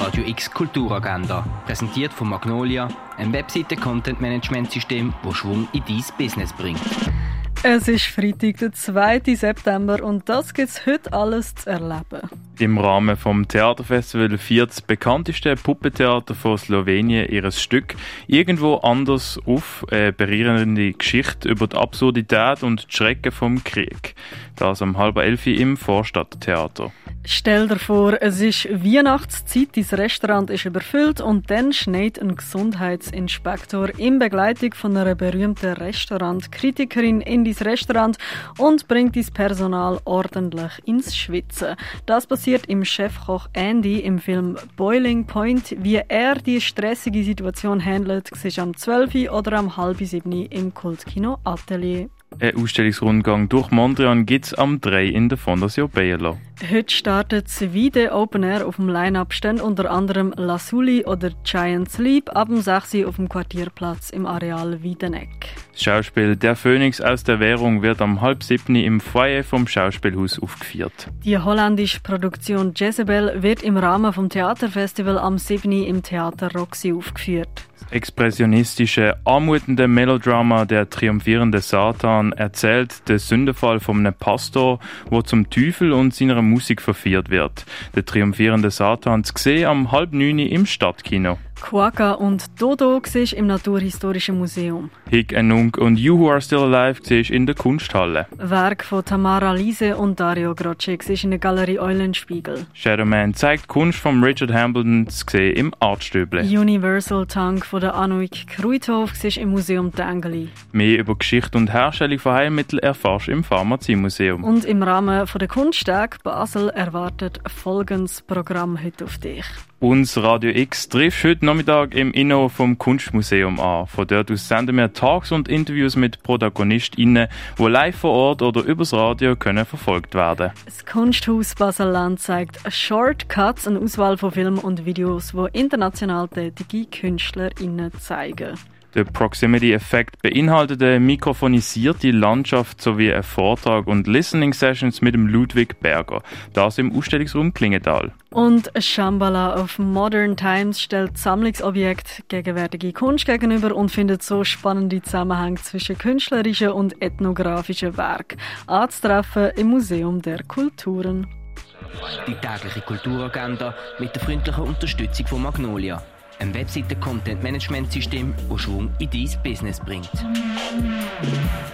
Radio X Kulturagenda, präsentiert von Magnolia, ein Webseiten-Content-Management-System, das Schwung in dein Business bringt. Es ist Freitag, der 2. September und das gibt es heute alles zu erleben. Im Rahmen des Theaterfestival feiert das bekannteste Puppentheater von Slowenien ihr Stück «Irgendwo anders» auf, eine berührende Geschichte über die Absurdität und die Schrecken vom Krieg. Das um 10:30 im Vorstadttheater. Stell dir vor, es ist Weihnachtszeit, dein Restaurant ist überfüllt und dann schneit ein Gesundheitsinspektor in Begleitung von einer berühmten Restaurantkritikerin in dein Restaurant und bringt dein Personal ordentlich ins Schwitzen. Das passiert im Chefkoch Andy im Film Boiling Point. Wie er die stressige Situation handelt, siehst du am 12 oder am 6:30 im Kultkino Atelier. Ein Ausstellungsrundgang durch Mondrian gibt es am 3 in der Fondation Bielo. Heute startet Svide Open Air. Auf dem Line-Up stehen unter anderem Lasuli oder Giant Sleep ab dem 6 auf dem Quartierplatz im Areal Wiedeneck. Das Schauspiel «Der Phönix aus der Währung» wird am 6:30 im Foyer vom Schauspielhaus aufgeführt. Die holländische Produktion Jezebel wird im Rahmen vom Theaterfestival am 7 im Theater Roxy aufgeführt. Das expressionistische, anmutende Melodrama «Der triumphierende Satan» erzählt den Sündenfall von einem Pastor, der zum Teufel und seiner Musik verführt wird. Der triumphierende Satan zu sehen am 8:30 im Stadtkino. Quaka und Dodo siehst im Naturhistorischen Museum. Hic et Nunc und You Who Are Still Alive siehst in der Kunsthalle. Werk von Tamara Liese und Dario Grocek siehst in der Galerie Eulenspiegel. Shadowman zeigt Kunst von Richard Hambledon zu sehen im Artstüble. Universal Tank von der Anouk Kruithof siehst im Museum Tengeli. Mehr über Geschichte und Herstellung von Heilmitteln erfährst du im Pharmaziemuseum. Und im Rahmen der Kunsttage Basel erwartet folgendes Programm heute auf dich. Uns Radio X trifft heute Nachmittag im Inno vom Kunstmuseum an. Von dort aus senden wir Talks und Interviews mit ProtagonistInnen, die live vor Ort oder übers Radio können verfolgt werden. Das Kunsthaus Basel-Land zeigt Shortcuts, eine Auswahl von Filmen und Videos, die international tätige KünstlerInnen zeigen. Der Proximity-Effekt beinhaltet eine mikrofonisierte Landschaft sowie einen Vortrag und Listening-Sessions mit dem Ludwig Berger. Das im Ausstellungsraum Klingenthal. Und Shambhala of Modern Times stellt Sammlungsobjekte gegenwärtige Kunst gegenüber und findet so spannende Zusammenhänge zwischen künstlerischen und ethnografischen Werken anzutreffen im Museum der Kulturen. Die tägliche Kulturagenda mit der freundlichen Unterstützung von Magnolia, ein Webseiten-Content-Management-System, das Schwung in dein Business bringt.